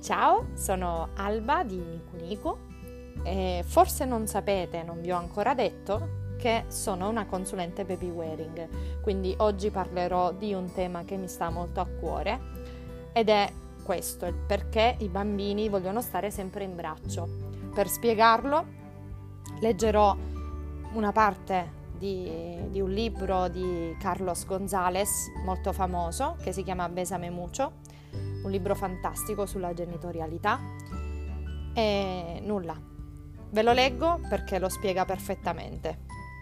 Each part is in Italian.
Ciao, sono Alba di Nicunicu e forse non sapete, non vi ho ancora detto, che sono una consulente baby wearing, quindi oggi parlerò di un tema che mi sta molto a cuore ed è questo, il perché i bambini vogliono stare sempre in braccio. Per spiegarlo leggerò una parte di un libro di Carlos González, molto famoso, che si chiama Bésame mucho, un libro fantastico sulla genitorialità. E nulla, ve lo leggo perché lo spiega perfettamente.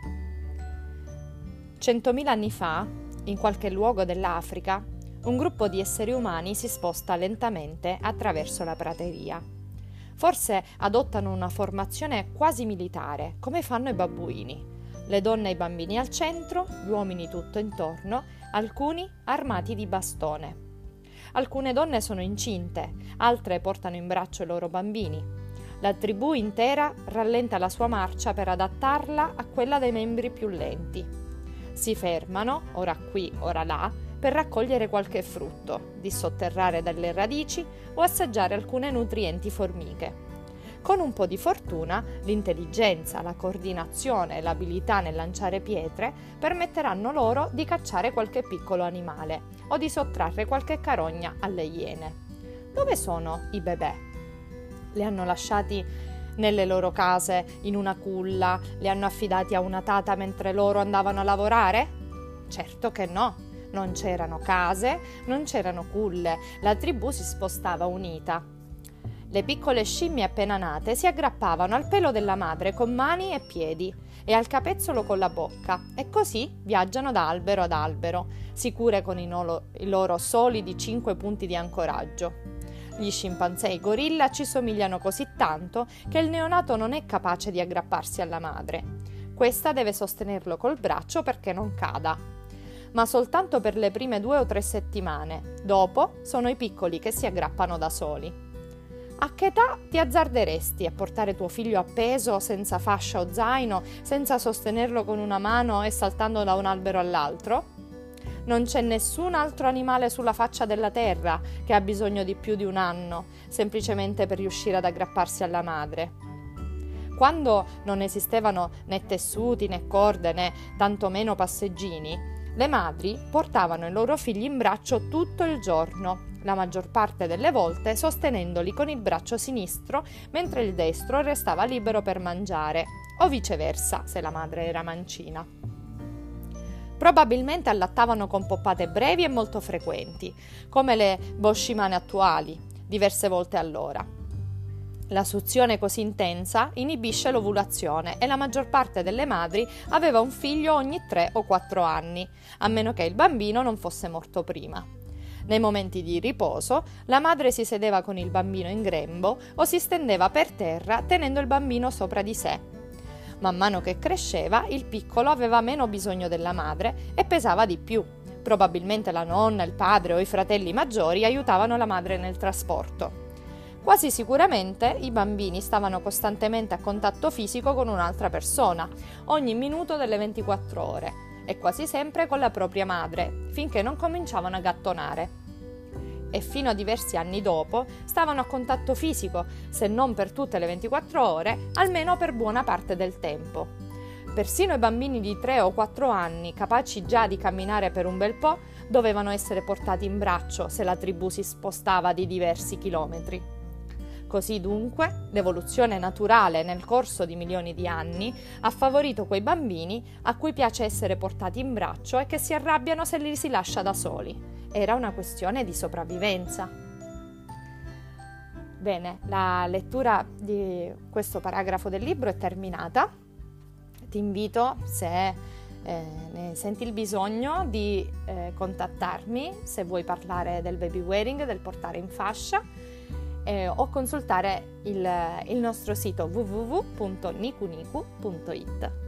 100.000 anni fa, in qualche luogo dell'Africa, un gruppo di esseri umani si sposta lentamente attraverso la prateria. Forse adottano una formazione quasi militare, come fanno i babbuini. Le donne e i bambini al centro, gli uomini tutto intorno, alcuni armati di bastone. Alcune donne sono incinte, altre portano in braccio i loro bambini. La tribù intera rallenta la sua marcia per adattarla a quella dei membri più lenti. Si fermano, ora qui, ora là, per raccogliere qualche frutto, dissotterrare dalle radici o assaggiare alcune nutrienti formiche. Con un po' di fortuna, l'intelligenza, la coordinazione e l'abilità nel lanciare pietre permetteranno loro di cacciare qualche piccolo animale o di sottrarre qualche carogna alle iene. Dove sono i bebè? Li hanno lasciati nelle loro case, in una culla? Li hanno affidati a una tata mentre loro andavano a lavorare? Certo che no, non c'erano case, non c'erano culle, la tribù si spostava unita. Le piccole scimmie appena nate si aggrappavano al pelo della madre con mani e piedi e al capezzolo con la bocca e così viaggiano da albero ad albero, sicure con i loro solidi 5 punti di ancoraggio. Gli scimpanzé e i gorilla ci somigliano così tanto che il neonato non è capace di aggrapparsi alla madre. Questa deve sostenerlo col braccio perché non cada. Ma soltanto per le prime 2 o 3 settimane. Dopo sono i piccoli che si aggrappano da soli. A che età ti azzarderesti a portare tuo figlio appeso, senza fascia o zaino, senza sostenerlo con una mano e saltando da un albero all'altro? Non c'è nessun altro animale sulla faccia della terra che ha bisogno di più di un anno, semplicemente per riuscire ad aggrapparsi alla madre. Quando non esistevano né tessuti, né corde, né tantomeno passeggini, le madri portavano i loro figli in braccio tutto il giorno, la maggior parte delle volte sostenendoli con il braccio sinistro mentre il destro restava libero per mangiare, o viceversa se la madre era mancina. Probabilmente allattavano con poppate brevi e molto frequenti, come le boscimane attuali, diverse volte all'ora. La suzione così intensa inibisce l'ovulazione e la maggior parte delle madri aveva un figlio ogni 3 o 4 anni, a meno che il bambino non fosse morto prima. Nei momenti di riposo, la madre si sedeva con il bambino in grembo o si stendeva per terra tenendo il bambino sopra di sé. Man mano che cresceva, il piccolo aveva meno bisogno della madre e pesava di più. Probabilmente la nonna, il padre o i fratelli maggiori aiutavano la madre nel trasporto. Quasi sicuramente i bambini stavano costantemente a contatto fisico con un'altra persona, ogni minuto delle 24 ore, e quasi sempre con la propria madre, finché non cominciavano a gattonare. E fino a diversi anni dopo stavano a contatto fisico, se non per tutte le 24 ore, almeno per buona parte del tempo. Persino i bambini di 3 o 4 anni, capaci già di camminare per un bel po', dovevano essere portati in braccio se la tribù si spostava di diversi chilometri. Così dunque, l'evoluzione naturale nel corso di milioni di anni ha favorito quei bambini a cui piace essere portati in braccio e che si arrabbiano se li si lascia da soli. Era una questione di sopravvivenza. Bene, la lettura di questo paragrafo del libro è terminata. Ti invito, se ne senti il bisogno, di contattarmi se vuoi parlare del baby wearing, del portare in fascia, o consultare il nostro sito www.nicunicu.it.